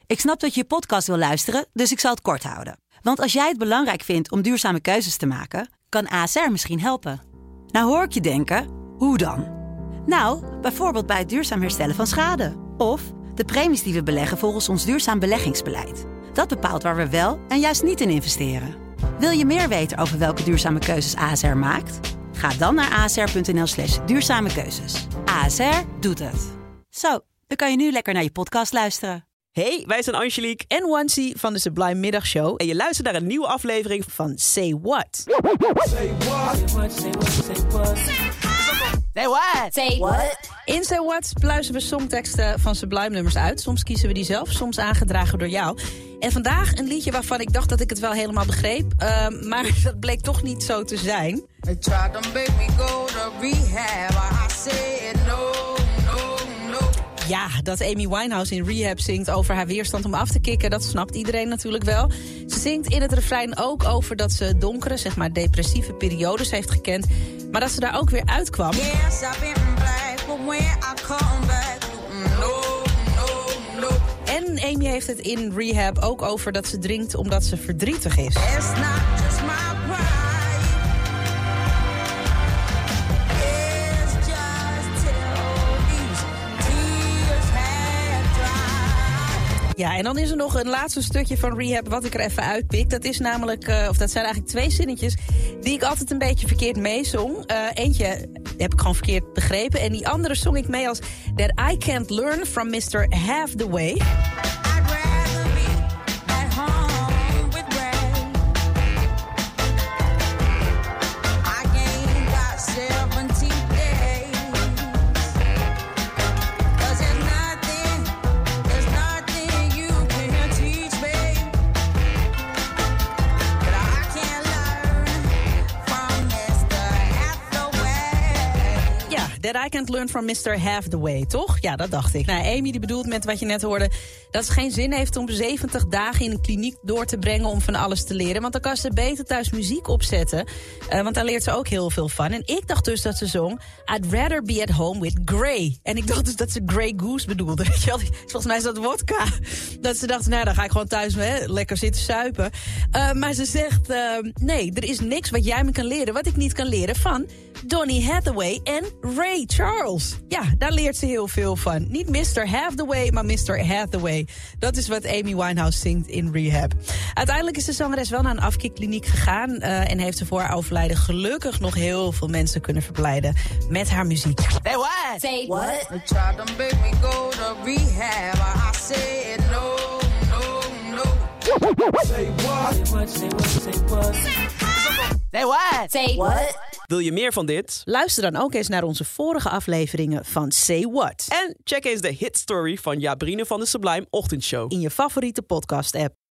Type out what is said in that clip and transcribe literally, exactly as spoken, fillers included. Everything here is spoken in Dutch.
Ik snap dat je je podcast wil luisteren, dus ik zal het kort houden. Want als jij het belangrijk vindt om duurzame keuzes te maken, kan A S R misschien helpen. Nou hoor ik je denken, hoe dan? Nou, bijvoorbeeld bij het duurzaam herstellen van schade. Of de premies die we beleggen volgens ons duurzaam beleggingsbeleid. Dat bepaalt waar we wel en juist niet in investeren. Wil je meer weten over welke duurzame keuzes A S R maakt? Ga dan naar asr.nl slash duurzame keuzes. A S R doet het. Zo, dan kan je nu lekker naar je podcast luisteren. Hey, wij zijn Angelique en Wancy van de Sublime Middagshow. en je luistert naar een nieuwe aflevering Van Say What. Say what? Say what? Say what? Say what? Say what? In Say What pluizen we songteksten van Sublime nummers uit. Soms kiezen we die zelf, soms aangedragen door jou. En vandaag een liedje waarvan ik dacht dat ik het wel helemaal begreep. Uh, maar dat bleek toch niet zo te zijn. They tried to make me go to rehab. I said no, no, no. Ja, dat Amy Winehouse in Rehab zingt over haar weerstand om af te kicken, dat snapt iedereen natuurlijk wel. Ze zingt in het refrein ook over dat ze donkere, zeg maar depressieve periodes heeft gekend, maar dat ze daar ook weer uitkwam. Yes, I've been black, but when I come back, no, no, no. En Amy heeft het in Rehab ook over dat ze drinkt omdat ze verdrietig is. It's not just my pride. It's just till these tears had dried. Ja, en dan is er nog een laatste stukje van Rehab wat ik er even uitpik. Dat is namelijk, uh, of dat zijn eigenlijk twee zinnetjes die ik altijd een beetje verkeerd meezong. Uh, eentje heb ik gewoon verkeerd begrepen. En die andere zong ik mee als That I Can't Learn from mister Half the Way. I'd rather be at home with Ray. I ain't got seventeen days. 'Cause there's nothing, there's nothing you can teach me that I can't learn from mister Hathaway. Ja, That I Can't Learn from mister Half the Way, toch? Ja, dat dacht ik. Nou, Amy die bedoelt met wat je net hoorde dat ze geen zin heeft om zeventig dagen in een kliniek door te brengen om van alles te leren. Want dan kan ze beter thuis muziek opzetten. Uh, want daar leert ze ook heel veel van. En ik dacht dus dat ze zong I'd rather be at home with Grey. En ik dacht dus dat ze Grey Goose bedoelde. Weet je wel? Volgens mij is dat wodka. Dat ze dacht, nou dan ga ik gewoon thuis hè, lekker zitten suipen. Uh, maar ze zegt, uh, nee, er is niks wat jij me kan leren wat ik niet kan leren van Donny Hathaway en Ray Charles. Ja, daar leert ze heel veel van. Niet mister Hathaway, maar mister Hathaway. Dat is wat Amy Winehouse zingt in Rehab. Uiteindelijk is de zangeres wel naar een afkikkliniek gegaan uh, en heeft ze voor haar overlijden gelukkig nog heel veel mensen kunnen verblijden met haar muziek. Say what? Say what? They tried to make me go to rehab. I said no, no, no. Say what? Say what? Say what? Say what? Say what? Say what? Wil je meer van dit? Luister dan ook eens naar onze vorige afleveringen van Say What. En check eens de hitstory van Jabrine van de Sublime Ochtendshow. In je favoriete podcast-app.